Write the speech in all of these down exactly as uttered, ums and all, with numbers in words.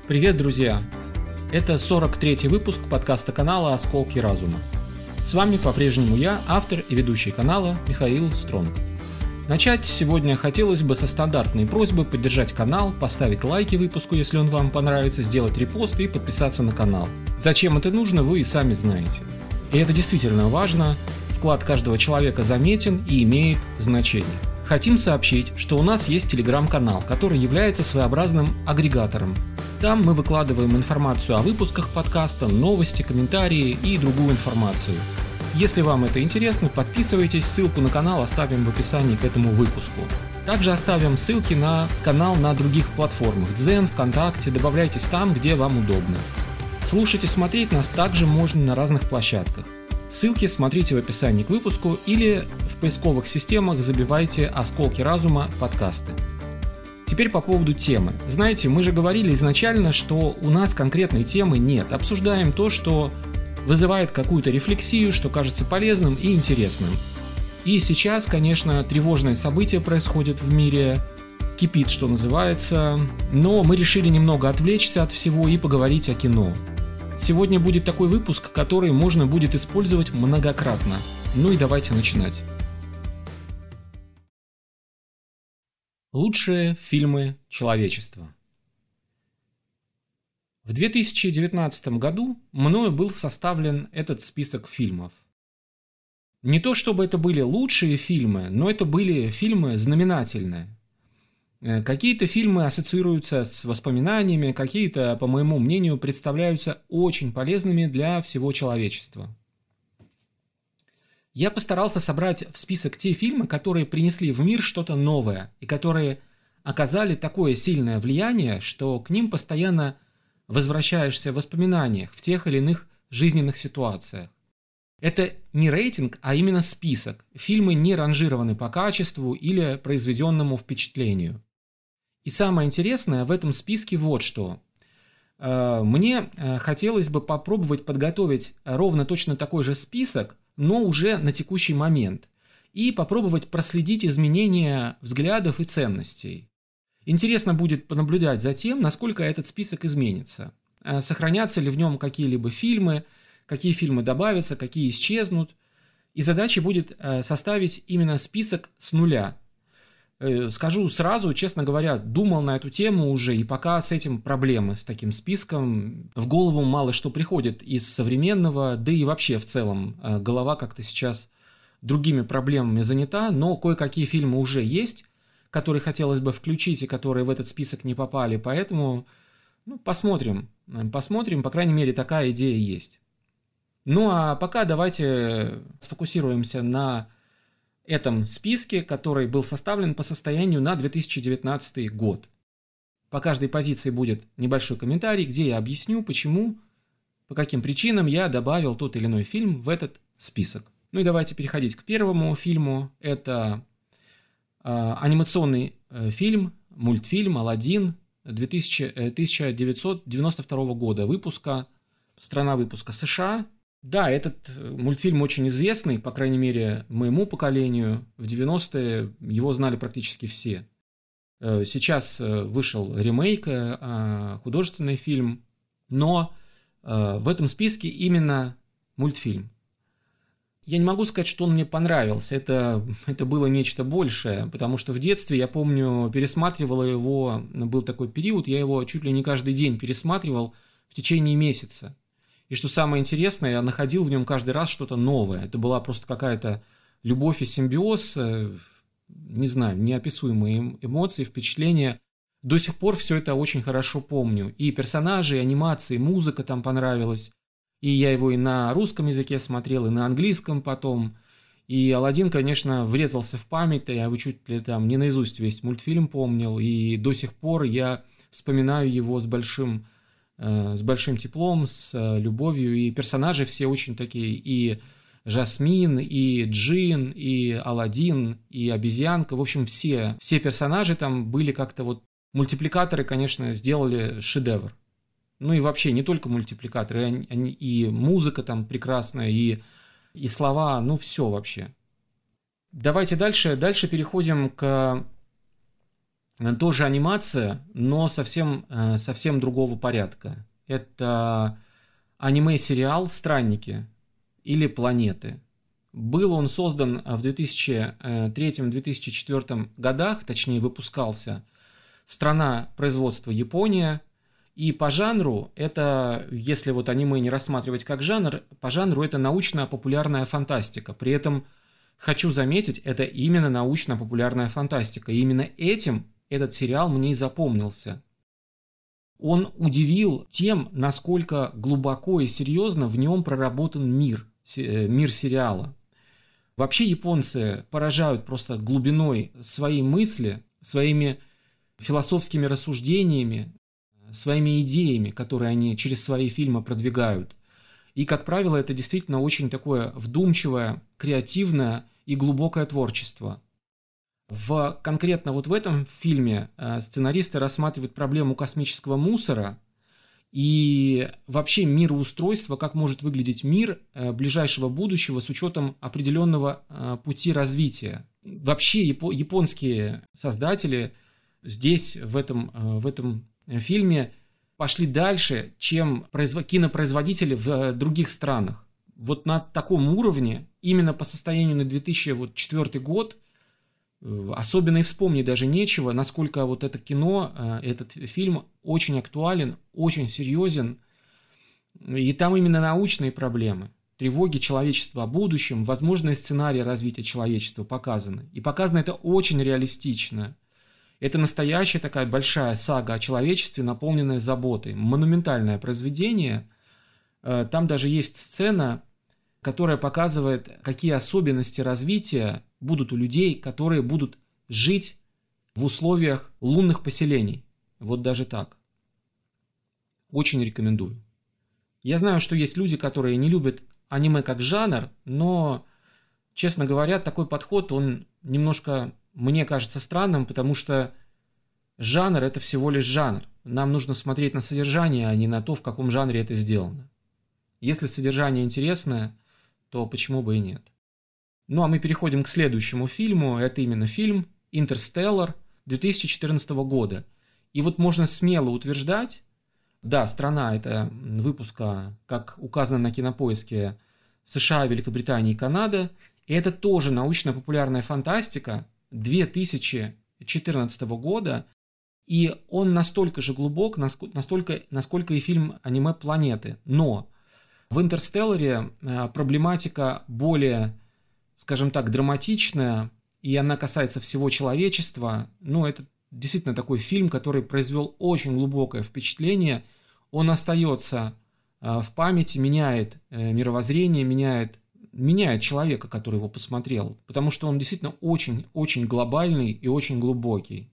Привет, друзья! Это сорок третий выпуск подкаста канала «Осколки разума». С вами по-прежнему я, автор и ведущий канала Михаил Стронг. Начать сегодня хотелось бы со стандартной просьбы поддержать канал, поставить лайки выпуску, если он вам понравится, сделать репост и подписаться на канал. Зачем это нужно, вы и сами знаете. И это действительно важно, вклад каждого человека заметен и имеет значение. Хотим сообщить, что у нас есть телеграм-канал, который является своеобразным агрегатором. Там мы выкладываем информацию о выпусках подкаста, новости, комментарии и другую информацию. Если вам это интересно, подписывайтесь, ссылку на канал оставим в описании к этому выпуску. Также оставим ссылки на канал на других платформах: Дзен, ВКонтакте, добавляйтесь там, где вам удобно. Слушать и смотреть нас также можно на разных площадках. Ссылки смотрите в описании к выпуску или в поисковых системах забивайте «Осколки разума» подкасты. Теперь по поводу темы. Знаете, мы же говорили изначально, что у нас конкретной темы нет. Обсуждаем то, что вызывает какую-то рефлексию, что кажется полезным и интересным. И сейчас, конечно, тревожное событие происходит в мире, кипит, что называется, но мы решили немного отвлечься от всего и поговорить о кино. Сегодня будет такой выпуск, который можно будет использовать многократно. Ну и давайте начинать. Лучшие фильмы человечества. В две тысячи девятнадцатом году мною был составлен этот список фильмов. Не то чтобы это были лучшие фильмы, но это были фильмы знаменательные. Какие-то фильмы ассоциируются с воспоминаниями, какие-то, по моему мнению, представляются очень полезными для всего человечества. Я постарался собрать в список те фильмы, которые принесли в мир что-то новое и которые оказали такое сильное влияние, что к ним постоянно возвращаешься в воспоминаниях в тех или иных жизненных ситуациях. Это не рейтинг, а именно список. Фильмы не ранжированы по качеству или произведенному впечатлению. И самое интересное в этом списке вот что. Мне хотелось бы попробовать подготовить ровно точно такой же список, но уже на текущий момент, и попробовать проследить изменения взглядов и ценностей. Интересно будет понаблюдать за тем, насколько этот список изменится. Сохранятся ли в нем какие-либо фильмы, какие фильмы добавятся, какие исчезнут. И задача будет составить именно список с нуля. Скажу сразу, честно говоря, думал на эту тему уже, и пока с этим проблемы, с таким списком. В голову мало что приходит из современного, да и вообще в целом голова как-то сейчас другими проблемами занята, но кое-какие фильмы уже есть, которые хотелось бы включить и которые в этот список не попали, поэтому ну, посмотрим, посмотрим, по крайней мере такая идея есть. Ну а пока давайте сфокусируемся на этом списке, который был составлен по состоянию на две тысячи девятнадцатый год. По каждой позиции будет небольшой комментарий, где я объясню, почему, по каким причинам я добавил тот или иной фильм в этот список. Ну и давайте переходить к первому фильму. Это э, анимационный э, фильм, мультфильм «Аладдин» тысяча девятьсот девяносто второго года выпуска, страна выпуска США. Да, этот мультфильм очень известный, по крайней мере, моему поколению. В девяностые его знали практически все. Сейчас вышел ремейк, художественный фильм, но в этом списке именно мультфильм. Я не могу сказать, что он мне понравился, это, это было нечто большее, потому что в детстве, я помню, пересматривал его, был такой период, я его чуть ли не каждый день пересматривал в течение месяца. И что самое интересное, я находил в нем каждый раз что-то новое. Это была просто какая-то любовь и симбиоз, не знаю, неописуемые эмоции, впечатления. До сих пор все это очень хорошо помню. И персонажи, и анимации, и музыка там понравилась. И я его и на русском языке смотрел, и на английском потом. И «Аладдин», конечно, врезался в память, я его чуть ли там не наизусть весь мультфильм помнил. И до сих пор я вспоминаю его с большим... с большим теплом, с любовью, и персонажи все очень такие, и Жасмин, и Джин, и Аладдин, и обезьянка, в общем, все, все персонажи там были как-то вот, мультипликаторы, конечно, сделали шедевр. Ну и вообще, не только мультипликаторы, они, они, и музыка там прекрасная, и, и слова, ну все вообще. Давайте дальше, дальше переходим к Тоже анимация, но совсем, совсем другого порядка. Это аниме-сериал «Странники» или «Планеты». Был он создан в две тысячи третьем — две тысячи четвёртом годах, точнее выпускался. Страна производства Япония. И по жанру это, если вот аниме не рассматривать как жанр, по жанру это научно-популярная фантастика. При этом, хочу заметить, это именно научно-популярная фантастика. И именно этим этот сериал мне и запомнился. Он удивил тем, насколько глубоко и серьезно в нем проработан мир, мир сериала. Вообще японцы поражают просто глубиной своей мысли, своими философскими рассуждениями, своими идеями, которые они через свои фильмы продвигают. И, как правило, это действительно очень такое вдумчивое, креативное и глубокое творчество. В, конкретно вот в этом фильме сценаристы рассматривают проблему космического мусора и вообще мироустройства, как может выглядеть мир ближайшего будущего с учетом определенного пути развития. Вообще японские создатели здесь, в этом, в этом фильме, пошли дальше, чем кинопроизводители в других странах. Вот на таком уровне, именно по состоянию на две тысячи четвёртый год, особенно и вспомнить даже нечего, насколько вот это кино, этот фильм очень актуален, очень серьезен. И там именно научные проблемы, тревоги человечества о будущем, возможные сценарии развития человечества показаны. И показано это очень реалистично. Это настоящая такая большая сага о человечестве, наполненная заботой. Монументальное произведение. Там даже есть сцена, которая показывает, какие особенности развития будут у людей, которые будут жить в условиях лунных поселений. Вот даже так. Очень рекомендую. Я знаю, что есть люди, которые не любят аниме как жанр, но, честно говоря, такой подход, он немножко, мне кажется, странным, потому что жанр – это всего лишь жанр. Нам нужно смотреть на содержание, а не на то, в каком жанре это сделано. Если содержание интересное, то почему бы и нет. Ну, а мы переходим к следующему фильму. Это именно фильм «Интерстеллар» две тысячи четырнадцатого года. И вот можно смело утверждать, да, страна это выпуска, как указано на Кинопоиске, США, Великобритания и Канада. И это тоже научно-популярная фантастика две тысячи четырнадцатого года. И он настолько же глубок, настолько, насколько и фильм «Аниме. Планеты». Но в «Интерстелларе» проблематика более, скажем так, драматичная, и она касается всего человечества. Ну, это действительно такой фильм, который произвел очень глубокое впечатление. Он остается в памяти, меняет мировоззрение, меняет, меняет человека, который его посмотрел, потому что он действительно очень-очень глобальный и очень глубокий.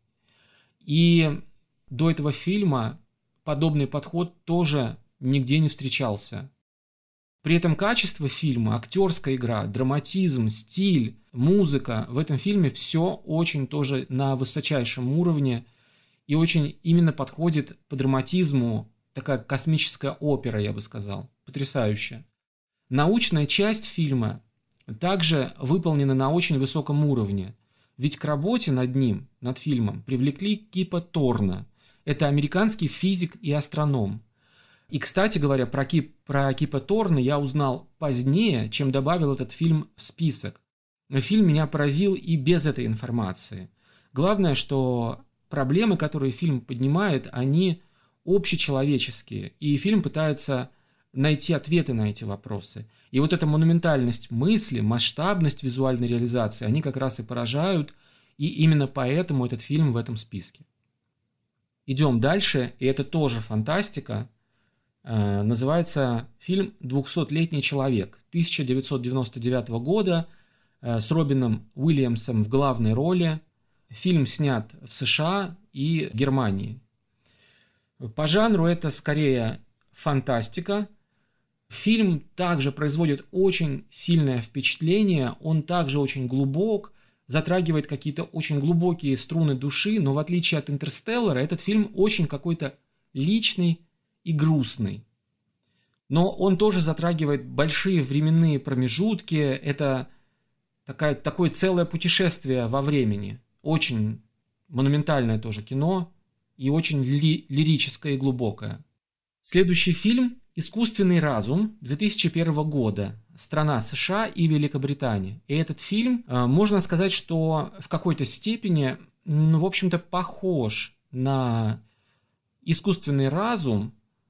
И до этого фильма подобный подход тоже нигде не встречался. При этом качество фильма, актерская игра, драматизм, стиль, музыка в этом фильме все очень тоже на высочайшем уровне и очень именно подходит по драматизму, такая космическая опера, я бы сказал, потрясающая. Научная часть фильма также выполнена на очень высоком уровне, ведь к работе над ним, над фильмом, привлекли Кипа Торна. Это американский физик и астроном. И, кстати говоря, про, Кип, про Кипа Торна я узнал позднее, чем добавил этот фильм в список. Но фильм меня поразил и без этой информации. Главное, что проблемы, которые фильм поднимает, они общечеловеческие. И фильм пытается найти ответы на эти вопросы. И вот эта монументальность мысли, масштабность визуальной реализации, они как раз и поражают. И именно поэтому этот фильм в этом списке. Идем дальше, и это тоже фантастика. Называется фильм «Двухсотлетний человек» тысяча девятьсот девяносто девятого года с Робином Уильямсом в главной роли. Фильм снят в США и Германии. По жанру это скорее фантастика. Фильм также производит очень сильное впечатление, он также очень глубок, затрагивает какие-то очень глубокие струны души, но в отличие от «Интерстеллара» этот фильм очень какой-то личный и грустный. Но он тоже затрагивает большие временные промежутки, это такая, такое целое путешествие во времени, очень монументальное тоже кино и очень ли- лирическое и глубокое. Следующий фильм «Искусственный разум» две тысячи первого года. Страна США и Великобритания. И этот фильм, можно сказать, что в какой-то степени, ну, в общем-то, похож на «Искусственный разум»,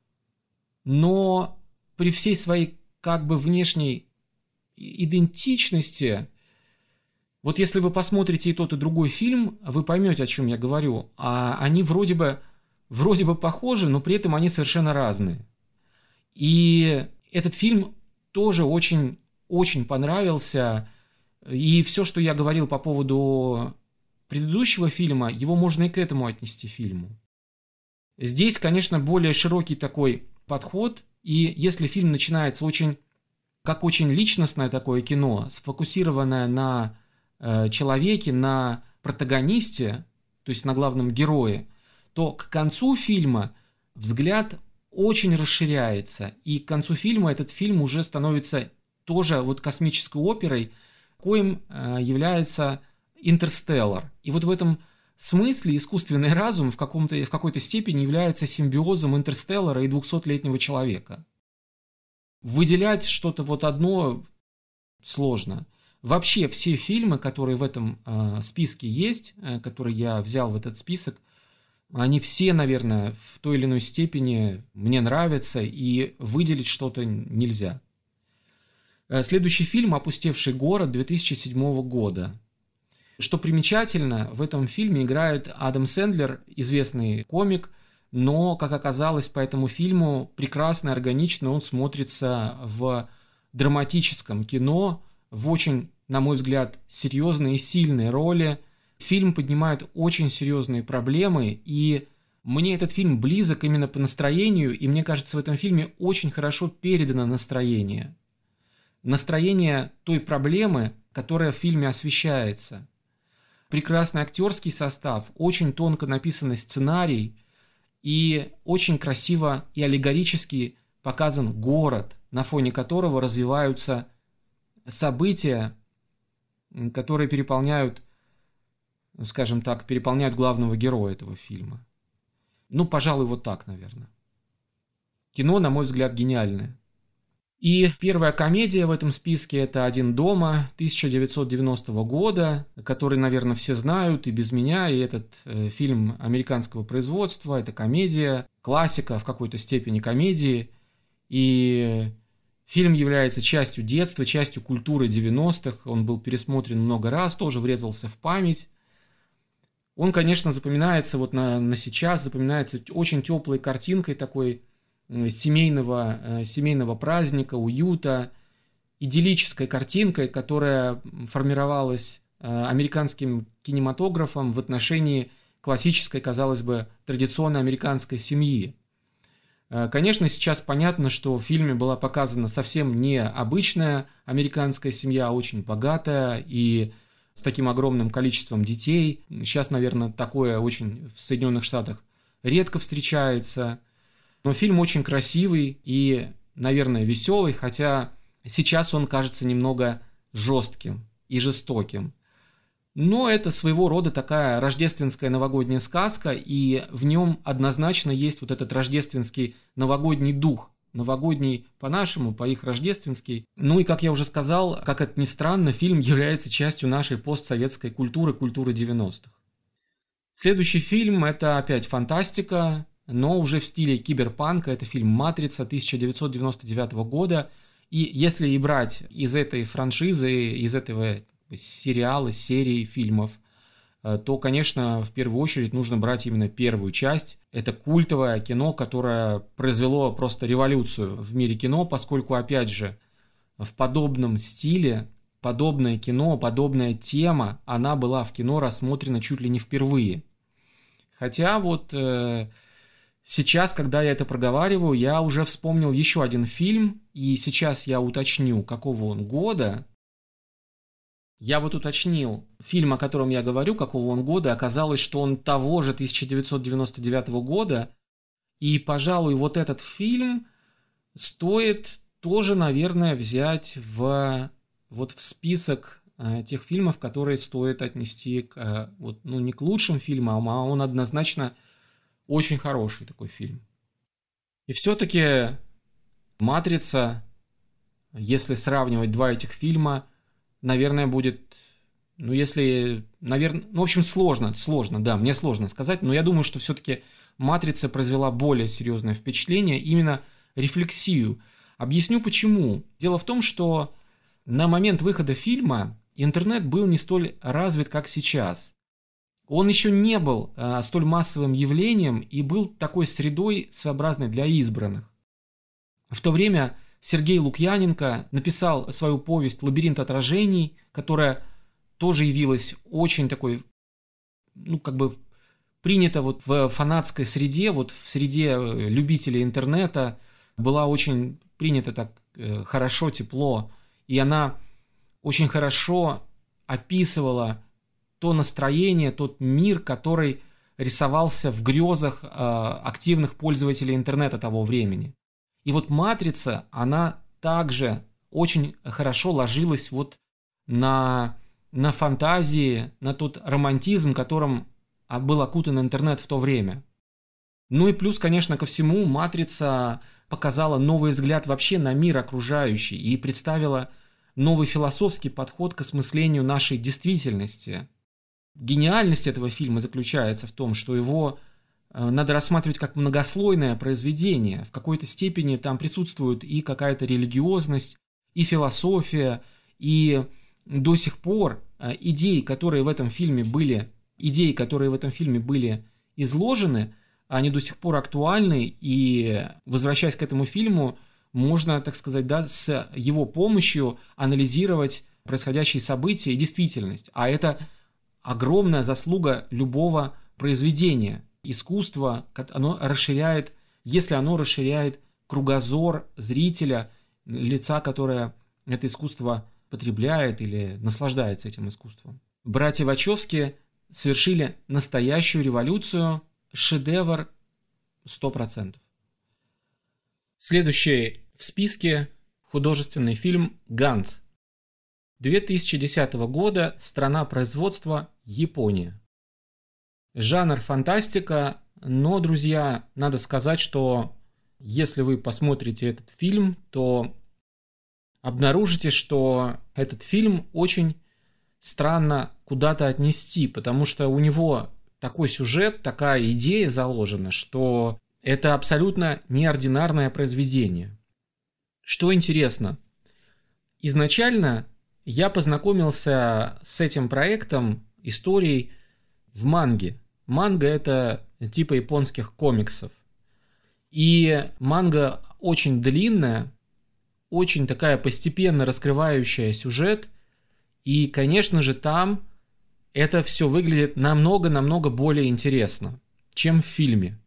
но при всей своей как бы внешней идентичности, вот если вы посмотрите и тот, и другой фильм, вы поймете, о чем я говорю. А они вроде бы, вроде бы похожи, но при этом они совершенно разные. И этот фильм тоже очень, очень понравился. И все, что я говорил по поводу предыдущего фильма, его можно и к этому отнести фильму. Здесь, конечно, более широкий такой подход. И если фильм начинается очень, как очень личностное такое кино, сфокусированное на э, человеке, на протагонисте, то есть на главном герое, то к концу фильма взгляд очень расширяется. И к концу фильма этот фильм уже становится тоже вот космической оперой, коим э, является «Интерстеллар». И вот в этом смысле искусственный разум в, каком-то, в какой-то степени является симбиозом «Интерстеллара» и двухсотлетнего человека. Выделять что-то вот одно сложно. Вообще все фильмы, которые в этом э, списке есть, э, которые я взял в этот список, они все, наверное, в той или иной степени мне нравятся, и выделить что-то нельзя. Следующий фильм «Опустевший город» две тысячи седьмого года. Что примечательно, в этом фильме играет Адам Сэндлер, известный комик, но, как оказалось, по этому фильму прекрасно и органично он смотрится в драматическом кино, в очень, на мой взгляд, серьезной и сильной роли. Фильм поднимает очень серьезные проблемы, и мне этот фильм близок именно по настроению, и мне кажется, в этом фильме очень хорошо передано настроение. Настроение той проблемы, которая в фильме освещается. Прекрасный актерский состав, очень тонко написанный сценарий и очень красиво и аллегорически показан город, на фоне которого развиваются события, которые переполняют, скажем так, переполняют главного героя этого фильма. Ну, пожалуй, вот так, наверное. Кино, на мой взгляд, гениальное. И первая комедия в этом списке – это «Один дома» тысяча девятьсот девяностого года, который, наверное, все знают и без меня, и этот э, фильм американского производства, это комедия, классика в какой-то степени комедии, и фильм является частью детства, частью культуры девяностых, он был пересмотрен много раз, тоже врезался в память. Он, конечно, запоминается вот на, на сейчас, запоминается очень теплой картинкой такой, семейного, семейного праздника, уюта, идиллической картинкой, которая формировалась американским кинематографом в отношении классической, казалось бы, традиционной американской семьи. Конечно, сейчас понятно, что в фильме была показана совсем не обычная американская семья, а очень богатая и с таким огромным количеством детей. Сейчас, наверное, такое очень в Соединенных Штатах редко встречается. Но фильм очень красивый и, наверное, веселый, хотя сейчас он кажется немного жестким и жестоким. Но это своего рода такая рождественская новогодняя сказка, и в нем однозначно есть вот этот рождественский новогодний дух. Новогодний по-нашему, по их рождественский. Ну и, как я уже сказал, как это ни странно, фильм является частью нашей постсоветской культуры, культуры девяностых. Следующий фильм – это опять фантастика, но уже в стиле киберпанка. Это фильм «Матрица» тысяча девятьсот девяносто девятого года. И если и брать из этой франшизы, из этого сериала, серии фильмов, то, конечно, в первую очередь нужно брать именно первую часть. Это культовое кино, которое произвело просто революцию в мире кино, поскольку, опять же, в подобном стиле, подобное кино, подобная тема, она была в кино рассмотрена чуть ли не впервые. Хотя вот... Сейчас, когда я это проговариваю, я уже вспомнил еще один фильм, и сейчас я уточню, какого он года. Я вот уточнил фильм, о котором я говорю, какого он года, оказалось, что он того же тысяча девятьсот девяносто девятого года, и, пожалуй, вот этот фильм стоит тоже, наверное, взять в, вот в список э, тех фильмов, которые стоит отнести к, э, вот, ну, не к лучшим фильмам, а он однозначно очень хороший такой фильм. И все-таки «Матрица», если сравнивать два этих фильма, наверное, будет, ну, если, наверное, ну, в общем, сложно, сложно, да, мне сложно сказать, но я думаю, что все-таки «Матрица» произвела более серьезное впечатление, именно рефлексию. Объясню почему. Дело в том, что на момент выхода фильма интернет был не столь развит, как сейчас. Он еще не был а, столь массовым явлением и был такой средой своеобразной для избранных. В то время Сергей Лукьяненко написал свою повесть «Лабиринт отражений», которая тоже явилась очень такой, ну, как бы принята вот в фанатской среде, вот в среде любителей интернета, была очень принята так э, хорошо, тепло, и она очень хорошо описывала то настроение, тот мир, который рисовался в грезах э, активных пользователей интернета того времени. И вот «Матрица», она также очень хорошо ложилась вот на, на фантазии, на тот романтизм, которым был окутан интернет в то время. Ну и плюс, конечно, ко всему, «Матрица» показала новый взгляд вообще на мир окружающий и представила новый философский подход к осмыслению нашей действительности. Гениальность этого фильма заключается в том, что его надо рассматривать как многослойное произведение. В какой-то степени там присутствует и какая-то религиозность, и философия, и до сих пор идеи, которые в этом фильме были, идеи, которые в этом фильме были изложены, они до сих пор актуальны, и, возвращаясь к этому фильму, можно, так сказать, да, с его помощью анализировать происходящие события и действительность. А это огромная заслуга любого произведения. Искусство, оно расширяет, если оно расширяет кругозор зрителя, лица, которое это искусство потребляет или наслаждается этим искусством. Братья Вачовски совершили настоящую революцию, шедевр сто процентов. Следующий в списке художественный фильм «Ганц». две тысячи десятого года, страна производства Япония. Жанр фантастика, но, друзья, надо сказать, что если вы посмотрите этот фильм, то обнаружите, что этот фильм очень странно куда-то отнести, потому что у него такой сюжет, такая идея заложена, что это абсолютно неординарное произведение. Что интересно, изначально я познакомился с этим проектом, историей, в манге. Манга – это типа японских комиксов. И манга очень длинная, очень такая постепенно раскрывающая сюжет. И, конечно же, там это все выглядит намного-намного более интересно, чем в фильме.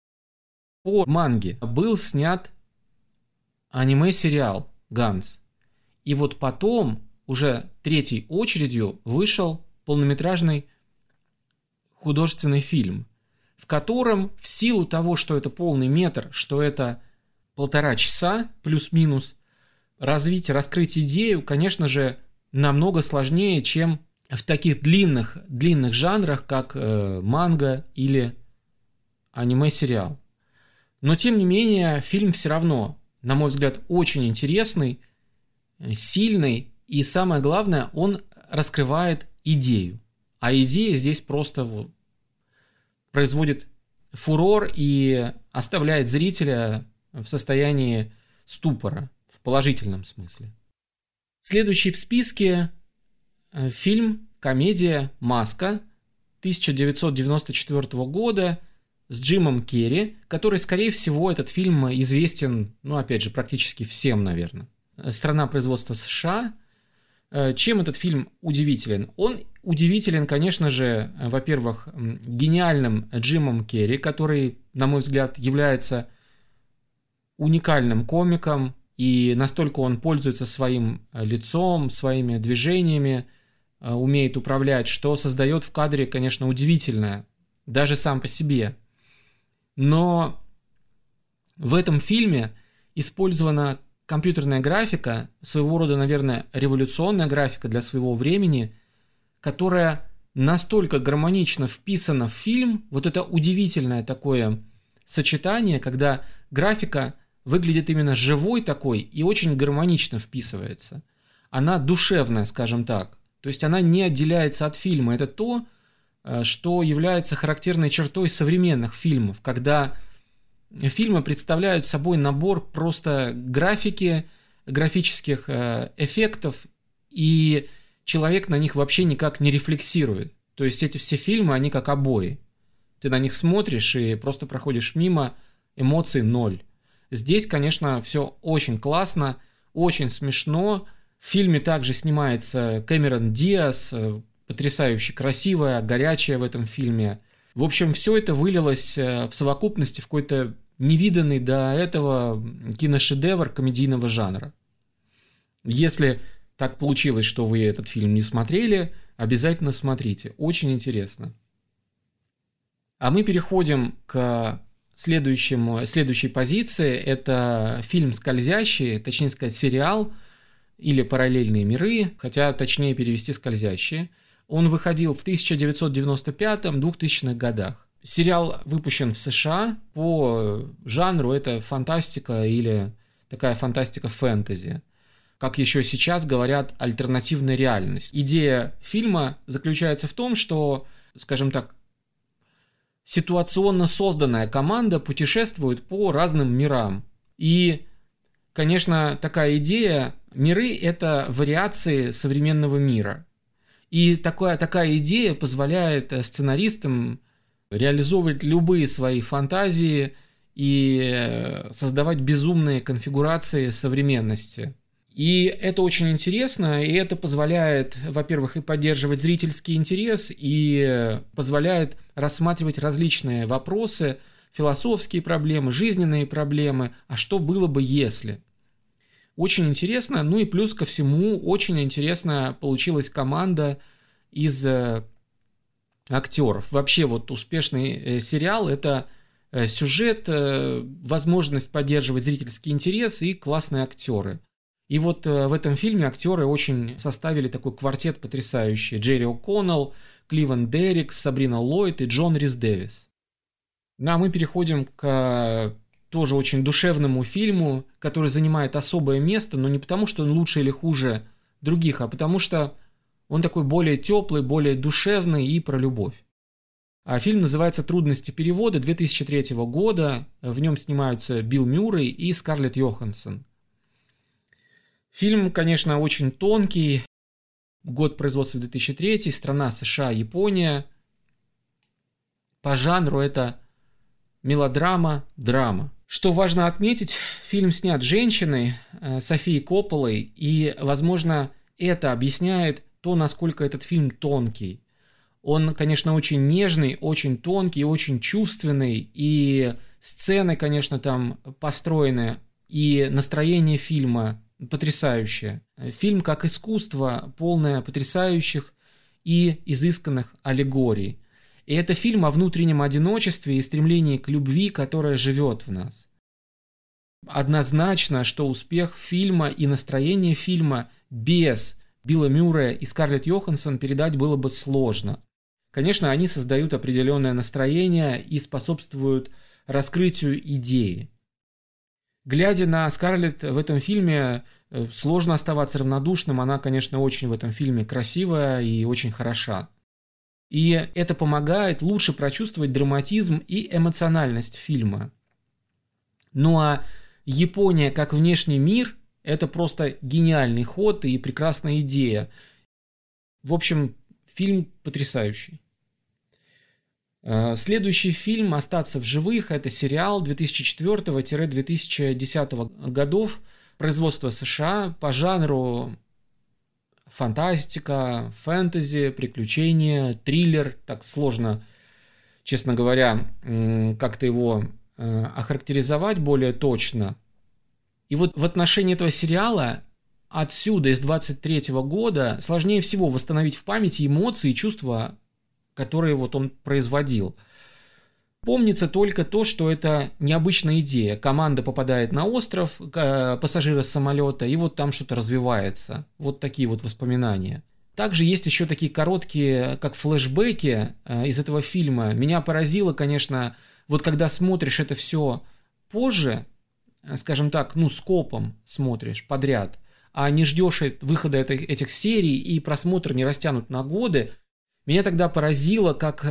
По манге был снят аниме-сериал «Ганц». И вот потом, уже третьей очередью, вышел полнометражный художественный фильм, в котором в силу того, что это полный метр, что это полтора часа плюс-минус, развить, раскрыть идею, конечно же, намного сложнее, чем в таких длинных, длинных жанрах, как э, манга или аниме-сериал. Но, тем не менее, фильм все равно, на мой взгляд, очень интересный, сильный, и самое главное, он раскрывает идею. А идея здесь просто вот производит фурор и оставляет зрителя в состоянии ступора, в положительном смысле. Следующий в списке фильм, комедия «Маска» тысяча девятьсот девяносто четвёртого года с Джимом Керри, который, скорее всего, этот фильм известен, ну, опять же, практически всем, наверное. Страна производства США. Чем этот фильм удивителен? Он удивителен, конечно же, во-первых, гениальным Джимом Керри, который, на мой взгляд, является уникальным комиком, и настолько он пользуется своим лицом, своими движениями, умеет управлять, что создает в кадре, конечно, удивительное, даже сам по себе. Но в этом фильме использована компьютерная графика, своего рода, наверное, революционная графика для своего времени, которая настолько гармонично вписана в фильм, вот это удивительное такое сочетание, когда графика выглядит именно живой такой и очень гармонично вписывается. Она душевная, скажем так. То есть она не отделяется от фильма. Это то, что является характерной чертой современных фильмов, когда фильмы представляют собой набор просто графики, графических эффектов, и человек на них вообще никак не рефлексирует. То есть эти все фильмы, они как обои. Ты на них смотришь и просто проходишь мимо, эмоций ноль. Здесь, конечно, все очень классно, очень смешно. В фильме также снимается Кэмерон Диаз, потрясающе красивая, горячая в этом фильме. В общем, все это вылилось в совокупности в какой-то невиданный до этого киношедевр комедийного жанра. Если так получилось, что вы этот фильм не смотрели, обязательно смотрите. Очень интересно. А мы переходим к следующему, следующей позиции. Это фильм «Скользящие», точнее сказать, сериал или «Параллельные миры», хотя точнее перевести «Скользящие». Он выходил в тысяча девятьсот девяносто пятом — двухтысячных годах. Сериал выпущен в США. По жанру это фантастика или такая фантастика-фэнтези. Как еще сейчас говорят, альтернативная реальность. Идея фильма заключается в том, что, скажем так, ситуационно созданная команда путешествует по разным мирам. И, конечно, такая идея, миры – это вариации современного мира. И такая, такая идея позволяет сценаристам реализовывать любые свои фантазии и создавать безумные конфигурации современности. И это очень интересно, и это позволяет, во-первых, и поддерживать зрительский интерес, и позволяет рассматривать различные вопросы, философские проблемы, жизненные проблемы, а что было бы, если. Очень интересно, ну и плюс ко всему, очень интересно получилась команда из актеров. Вообще вот успешный сериал – это сюжет, возможность поддерживать зрительский интерес и классные актеры. И вот в этом фильме актеры очень составили такой квартет потрясающий. Джерри О'Коннелл, Кливен Деррикс, Сабрина Ллойд и Джон Рис Дэвис. Ну а мы переходим к тоже очень душевному фильму, который занимает особое место, но не потому, что он лучше или хуже других, а потому что он такой более теплый, более душевный и про любовь. А фильм называется «Трудности перевода» две тысячи третьего года. В нем снимаются Билл Мюррей и Скарлетт Йоханссон. Фильм, конечно, очень тонкий. Год производства две тысячи третий, страна США, Япония. По жанру это мелодрама, драма. Что важно отметить, фильм снят женщиной, Софией Копполой, и, возможно, это объясняет то, насколько этот фильм тонкий. Он, конечно, очень нежный, очень тонкий, очень чувственный, и сцены, конечно, там построены, и настроение фильма потрясающее. Фильм как искусство, полное потрясающих и изысканных аллегорий. И это фильм о внутреннем одиночестве и стремлении к любви, которая живет в нас. Однозначно, что успех фильма и настроение фильма без Билла Мюррея и Скарлетт Йоханссон передать было бы сложно. Конечно, они создают определенное настроение и способствуют раскрытию идеи. Глядя на Скарлетт в этом фильме, сложно оставаться равнодушным. Она, конечно, очень в этом фильме красивая и очень хороша. И это помогает лучше прочувствовать драматизм и эмоциональность фильма. Ну а Япония как внешний мир – это просто гениальный ход и прекрасная идея. В общем, фильм потрясающий. Следующий фильм «Остаться в живых» – это сериал две тысячи четвёртого — две тысячи десятого годов, производства США, по жанру фантастика, фэнтези, приключения, триллер. Так сложно, честно говоря, как-то его охарактеризовать более точно. И вот в отношении этого сериала отсюда, из двадцать третьего года, сложнее всего восстановить в памяти эмоции и чувства, которые вот он производил. Помнится только то, что это необычная идея. Команда попадает на остров, пассажиры с самолета, и вот там что-то развивается. Вот такие вот воспоминания. Также есть еще такие короткие, как флешбеки из этого фильма. Меня поразило, конечно, вот когда смотришь это все позже, скажем так, ну, скопом смотришь подряд, а не ждешь выхода этих серий и просмотр не растянут на годы. Меня тогда поразило, как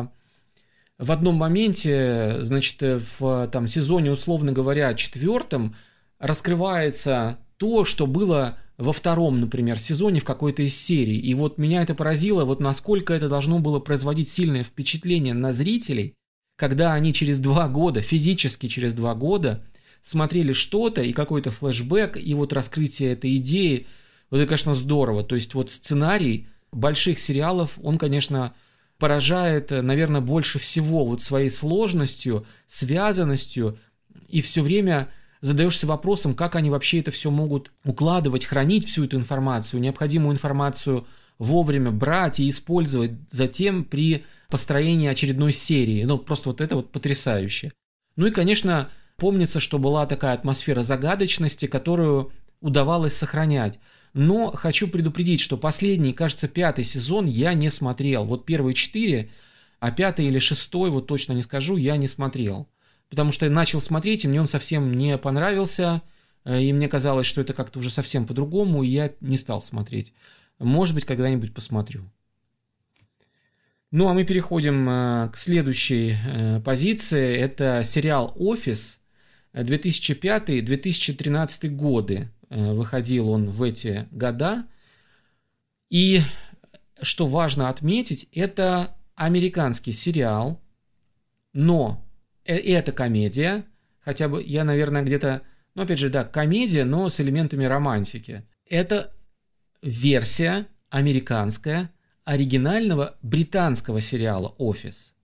в одном моменте, значит, в там, сезоне, условно говоря, четвертом, раскрывается то, что было во втором, например, сезоне в какой-то из серий. И вот меня это поразило, вот насколько это должно было производить сильное впечатление на зрителей, когда они через два года, физически через два года, смотрели что-то, и какой-то флешбэк, и вот раскрытие этой идеи. Вот это, конечно, здорово. То есть вот сценарий больших сериалов, он, конечно, поражает, наверное, больше всего вот своей сложностью, связанностью, и все время задаешься вопросом, как они вообще это все могут укладывать, хранить всю эту информацию, необходимую информацию вовремя брать и использовать затем при построении очередной серии. Ну, просто вот это вот потрясающе. Ну и, конечно, помнится, что была такая атмосфера загадочности, которую удавалось сохранять. Но хочу предупредить, что последний, кажется, пятый сезон я не смотрел. Вот первые четыре, а пятый или шестой, вот точно не скажу, я не смотрел. Потому что я начал смотреть, и мне он совсем не понравился, и мне казалось, что это как-то уже совсем по-другому, и я не стал смотреть. Может быть, когда-нибудь посмотрю. Ну, а мы переходим к следующей позиции. Это сериал «Офис», две тысячи пятый - две тысячи тринадцатый годы. Выходил он в эти года. И что важно отметить, это американский сериал, но это комедия, хотя бы я, наверное, где-то, ну, опять же, да, комедия, но с элементами романтики. Это версия американская оригинального британского сериала «Офис».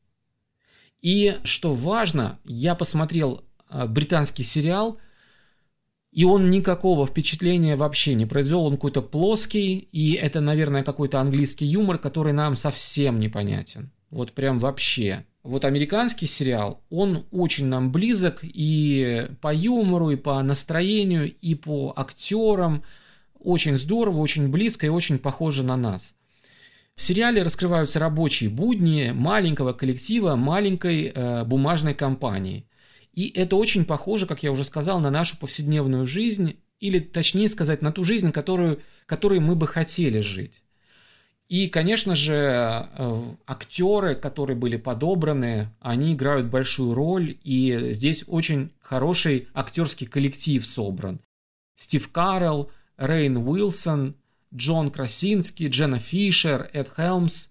И что важно, я посмотрел британский сериал, и он никакого впечатления вообще не произвел, он какой-то плоский, и это, наверное, какой-то английский юмор, который нам совсем непонятен. Вот прям вообще. Вот американский сериал, он очень нам близок и по юмору, и по настроению, и по актерам. Очень здорово, очень близко и очень похоже на нас. В сериале раскрываются рабочие будни маленького коллектива, маленькой э, бумажной компании. И это очень похоже, как я уже сказал, на нашу повседневную жизнь, или точнее сказать, на ту жизнь, которую, которой мы бы хотели жить. И, конечно же, актеры, которые были подобраны, они играют большую роль, и здесь очень хороший актерский коллектив собран. Стив Карелл, Рейн Уилсон, Джон Красинский, Дженна Фишер, Эд Хелмс.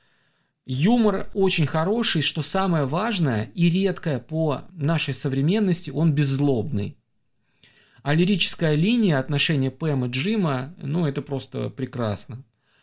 Юмор очень хороший, что самое важное и редкое по нашей современности, он беззлобный. А лирическая линия отношения Пэм и Джима, ну, это просто прекрасно.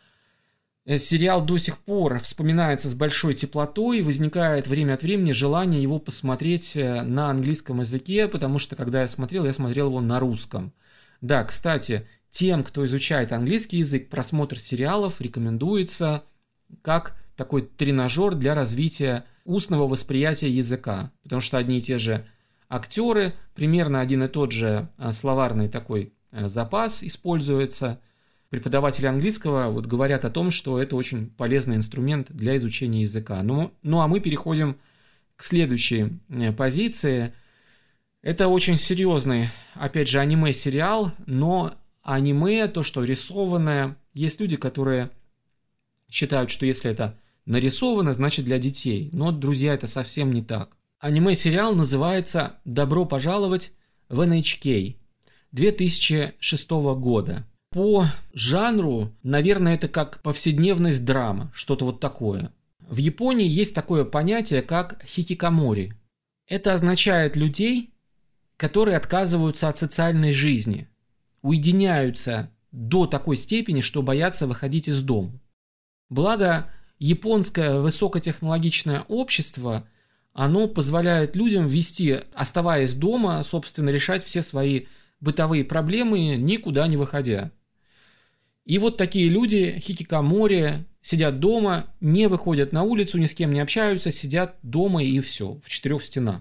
Сериал до сих пор вспоминается с большой теплотой, возникает время от времени желание его посмотреть на английском языке, потому что, когда я смотрел, я смотрел его на русском. Да, кстати, тем, кто изучает английский язык, просмотр сериалов рекомендуется как такой тренажер для развития устного восприятия языка, потому что одни и те же актеры, примерно один и тот же словарный такой запас используется. Преподаватели английского вот говорят о том, что это очень полезный инструмент для изучения языка. Ну, ну а мы переходим к следующей позиции. Это очень серьезный, опять же, аниме-сериал, но аниме, то, что рисованное, есть люди, которые считают, что если это нарисовано, значит для детей. Но, друзья, это совсем не так. Аниме-сериал называется «Добро пожаловать в эн эйч кей» две тысячи шестого года. По жанру, наверное, это как повседневность драма, что-то вот такое. В Японии есть такое понятие, как хикикамори. Это означает людей, которые отказываются от социальной жизни, уединяются до такой степени, что боятся выходить из дома. Благо, японское высокотехнологичное общество, оно позволяет людям вести, оставаясь дома, собственно, решать все свои бытовые проблемы, никуда не выходя. И вот такие люди, хикикамори, сидят дома, не выходят на улицу, ни с кем не общаются, сидят дома и все, в четырех стенах.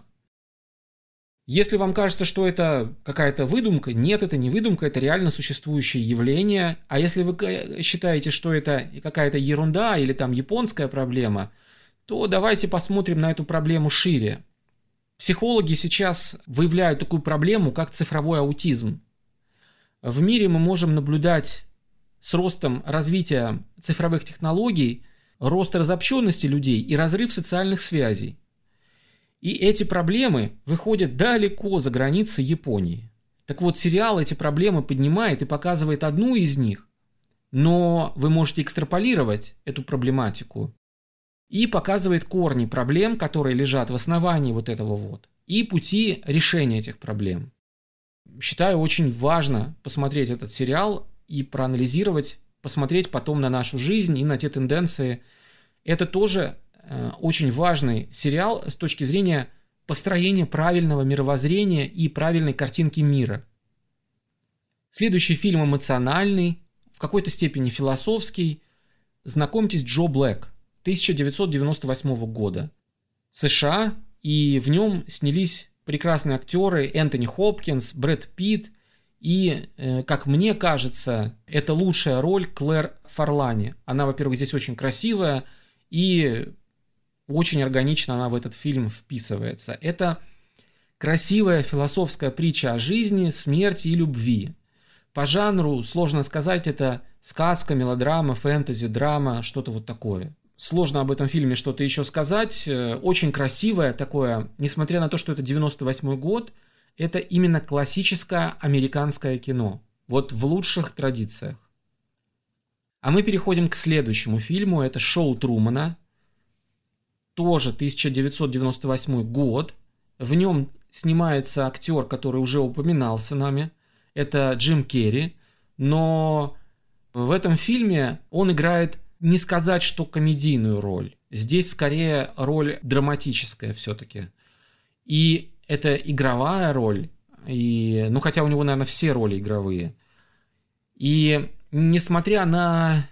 Если вам кажется, что это какая-то выдумка, нет, это не выдумка, это реально существующее явление. А если вы считаете, что это какая-то ерунда или там японская проблема, то давайте посмотрим на эту проблему шире. Психологи сейчас выявляют такую проблему, как цифровой аутизм. В мире мы можем наблюдать с ростом развития цифровых технологий рост разобщенности людей и разрыв социальных связей. И эти проблемы выходят далеко за границы Японии. Так вот, сериал эти проблемы поднимает и показывает одну из них, но вы можете экстраполировать эту проблематику и показывает корни проблем, которые лежат в основании вот этого вот, и пути решения этих проблем. Считаю, очень важно посмотреть этот сериал и проанализировать, посмотреть потом на нашу жизнь и на те тенденции. Это тоже очень важный сериал с точки зрения построения правильного мировоззрения и правильной картинки мира. Следующий фильм эмоциональный, в какой-то степени философский. Знакомьтесь, Джо Блэк, тысяча девятьсот девяносто восьмого года. США, и в нем снялись прекрасные актеры Энтони Хопкинс, Брэд Питт, и, как мне кажется, это лучшая роль Клэр Форлани. Она, во-первых, здесь очень красивая, и очень органично она в этот фильм вписывается. Это красивая философская притча о жизни, смерти и любви. По жанру сложно сказать, это сказка, мелодрама, фэнтези, драма, что-то вот такое. Сложно об этом фильме что-то еще сказать. Очень красивое такое, несмотря на то, что это девяносто восьмой год, это именно классическое американское кино. Вот в лучших традициях. А мы переходим к следующему фильму. Это «Шоу Трумана». Тоже тысяча девятьсот девяносто восьмой год. В нем снимается актер, который уже упоминался нами. Это Джим Керри. Но в этом фильме он играет, не сказать, что комедийную роль. Здесь скорее роль драматическая все-таки. И это игровая роль. И, ну, хотя у него, наверное, все роли игровые. И несмотря на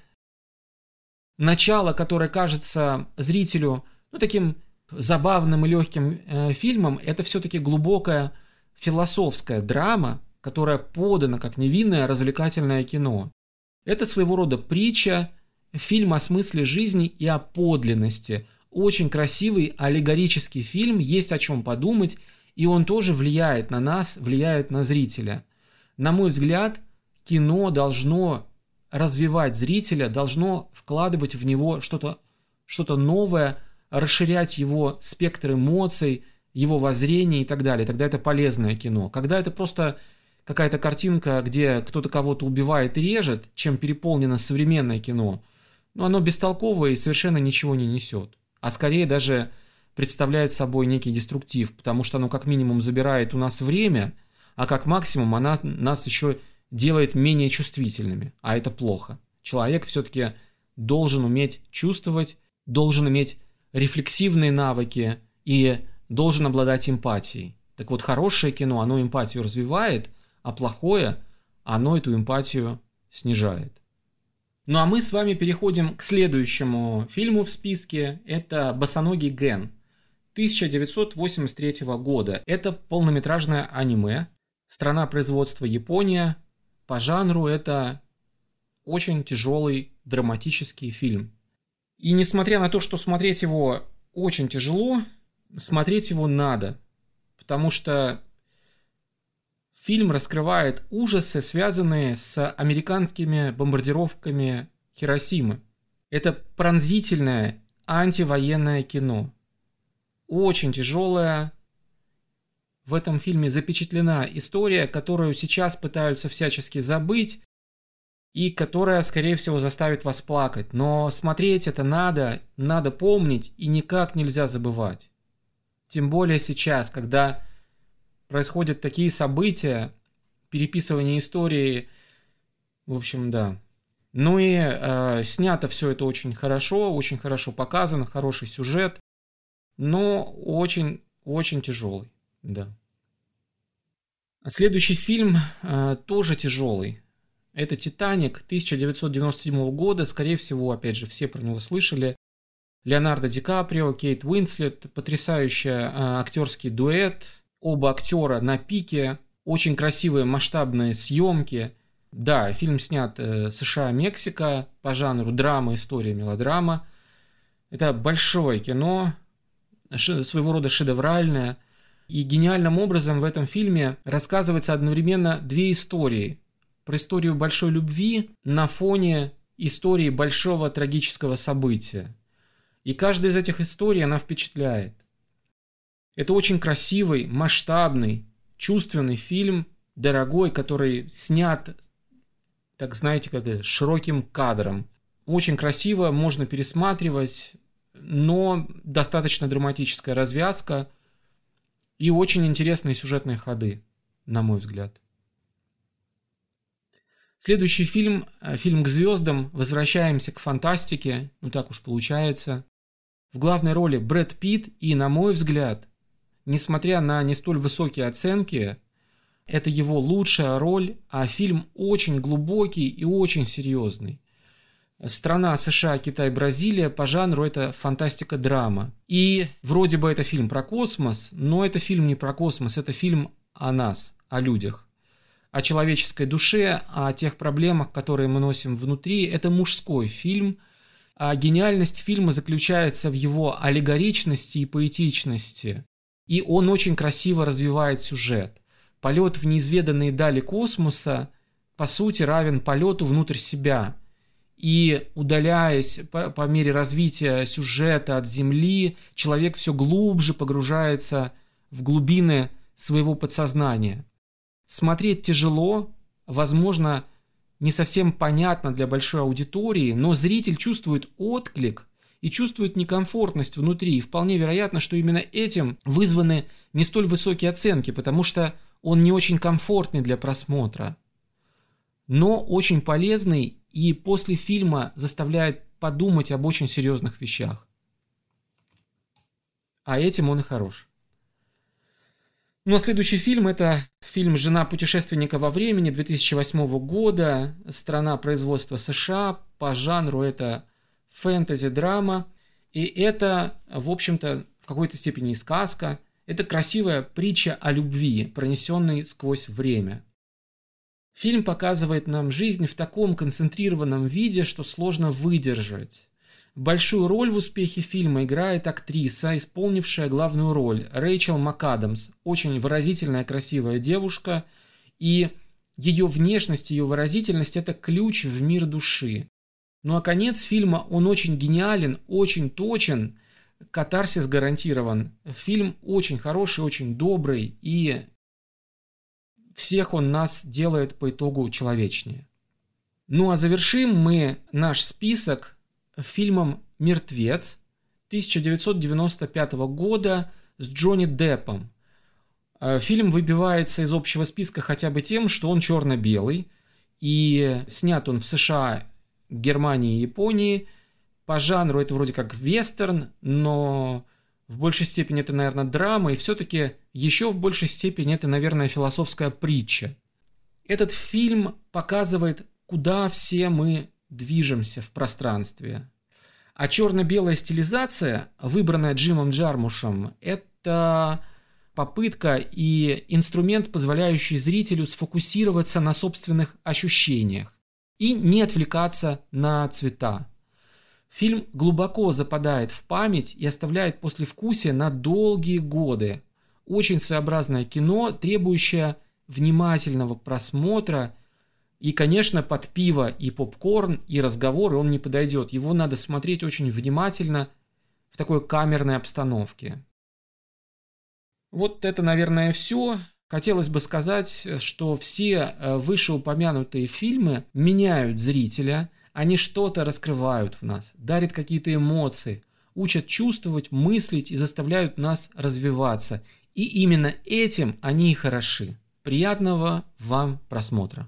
начало, которое кажется зрителю ну, таким забавным и легким э, фильмом, это все-таки глубокая философская драма, которая подана как невинное развлекательное кино. Это своего рода притча, фильм о смысле жизни и о подлинности. Очень красивый аллегорический фильм, есть о чем подумать, и он тоже влияет на нас, влияет на зрителя. На мой взгляд, кино должно развивать зрителя, должно вкладывать в него что-то, что-то новое, расширять его спектр эмоций, его воззрение и так далее. Тогда это полезное кино. Когда это просто какая-то картинка, где кто-то кого-то убивает и режет, чем переполнено современное кино, ну, оно бестолковое и совершенно ничего не несет. А скорее даже представляет собой некий деструктив, потому что оно как минимум забирает у нас время, а как максимум она нас еще делает менее чувствительными. А это плохо. Человек все-таки должен уметь чувствовать, должен иметь рефлексивные навыки и должен обладать эмпатией. Так вот, хорошее кино, оно эмпатию развивает, а плохое, оно эту эмпатию снижает. Ну а мы с вами переходим к следующему фильму в списке. Это «Босоногий Гэн» тысяча девятьсот восемьдесят третьего года. Это полнометражное аниме. Страна производства Япония. По жанру это очень тяжелый драматический фильм. И несмотря на то, что смотреть его очень тяжело, смотреть его надо. Потому что фильм раскрывает ужасы, связанные с американскими бомбардировками Хиросимы. Это пронзительное антивоенное кино. Очень тяжелое. В этом фильме запечатлена история, которую сейчас пытаются всячески забыть, и которая, скорее всего, заставит вас плакать. Но смотреть это надо, надо помнить, и никак нельзя забывать. Тем более сейчас, когда происходят такие события, переписывание истории, в общем, да. Ну и э, снято все это очень хорошо, очень хорошо показано, хороший сюжет, но очень, очень тяжелый, да. Следующий фильм э, тоже тяжелый. Это «Титаник» тысяча девятьсот девяносто седьмого года. Скорее всего, опять же, все про него слышали. Леонардо Ди Каприо, Кейт Уинслет. Потрясающий э, актерский дуэт. Оба актера на пике. Очень красивые масштабные съемки. Да, фильм снят э, США-Мексика по жанру драма, история, мелодрама. Это большое кино, ши- своего рода шедевральное. И гениальным образом в этом фильме рассказывается одновременно две истории. Про историю большой любви на фоне истории большого трагического события. И каждая из этих историй, она впечатляет. Это очень красивый, масштабный, чувственный фильм, дорогой, который снят, так знаете, как широким кадром. Очень красиво, можно пересматривать, но достаточно драматическая развязка и очень интересные сюжетные ходы, на мой взгляд. Следующий фильм, фильм «К звездам». Возвращаемся к фантастике, ну так уж получается. В главной роли Брэд Питт, и, на мой взгляд, несмотря на не столь высокие оценки, это его лучшая роль, а фильм очень глубокий и очень серьезный. Страна США, Китай, Бразилия, по жанру это фантастика-драма. И вроде бы это фильм про космос, но это фильм не про космос, это фильм о нас, о людях. О человеческой душе, о тех проблемах, которые мы носим внутри. Это мужской фильм. А гениальность фильма заключается в его аллегоричности и поэтичности. И он очень красиво развивает сюжет. Полет в неизведанные дали космоса, по сути, равен полету внутрь себя. И удаляясь по, по мере развития сюжета от Земли, человек все глубже погружается в глубины своего подсознания. Смотреть тяжело, возможно, не совсем понятно для большой аудитории, но зритель чувствует отклик и чувствует некомфортность внутри. И вполне вероятно, что именно этим вызваны не столь высокие оценки, потому что он не очень комфортный для просмотра, но очень полезный и после фильма заставляет подумать об очень серьезных вещах. А этим он и хорош. Ну а следующий фильм – это фильм «Жена путешественника во времени» две тысячи восьмого года, страна производства США, по жанру это фэнтези-драма, и это, в общем-то, в какой-то степени и сказка, это красивая притча о любви, пронесенной сквозь время. Фильм показывает нам жизнь в таком концентрированном виде, что сложно выдержать. Большую роль в успехе фильма играет актриса, исполнившая главную роль, Рэйчел МакАдамс. Очень выразительная, красивая девушка, и ее внешность, ее выразительность – это ключ в мир души. Ну а конец фильма, он очень гениален, очень точен, катарсис гарантирован. Фильм очень хороший, очень добрый, и всех он нас делает по итогу человечнее. Ну а завершим мы наш список фильмом «Мертвец» тысяча девятьсот девяносто пятого года с Джонни Деппом. Фильм выбивается из общего списка хотя бы тем, что он черно-белый, и снят он в США, Германии и Японии. По жанру это вроде как вестерн, но в большей степени это, наверное, драма, и все-таки еще в большей степени это, наверное, философская притча. Этот фильм показывает, куда все мы движемся в пространстве. А черно-белая стилизация, выбранная Джимом Джармушем, это попытка и инструмент, позволяющий зрителю сфокусироваться на собственных ощущениях и не отвлекаться на цвета. Фильм глубоко западает в память и оставляет послевкусие на долгие годы. Очень своеобразное кино, требующее внимательного просмотра. И, конечно, под пиво и попкорн, и разговоры он не подойдет. Его надо смотреть очень внимательно в такой камерной обстановке. Вот это, наверное, все. Хотелось бы сказать, что все вышеупомянутые фильмы меняют зрителя, они что-то раскрывают в нас, дарят какие-то эмоции, учат чувствовать, мыслить и заставляют нас развиваться. И именно этим они и хороши. Приятного вам просмотра.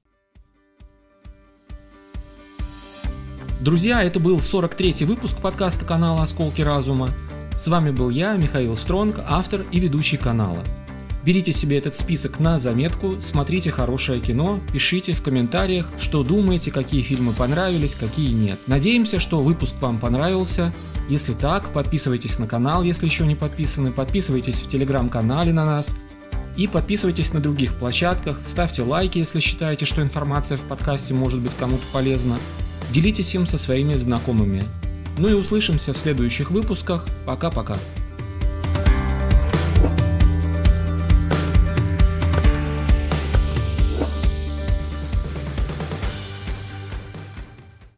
Друзья, это был сорок третий выпуск подкаста канала «Осколки разума». С вами был я, Михаил Стронг, автор и ведущий канала. Берите себе этот список на заметку, смотрите хорошее кино, пишите в комментариях, что думаете, какие фильмы понравились, какие нет. Надеемся, что выпуск вам понравился. Если так, подписывайтесь на канал, если еще не подписаны, подписывайтесь в телеграм-канале на нас и подписывайтесь на других площадках, ставьте лайки, если считаете, что информация в подкасте может быть кому-то полезна. Делитесь им со своими знакомыми. Ну и услышимся в следующих выпусках. Пока-пока.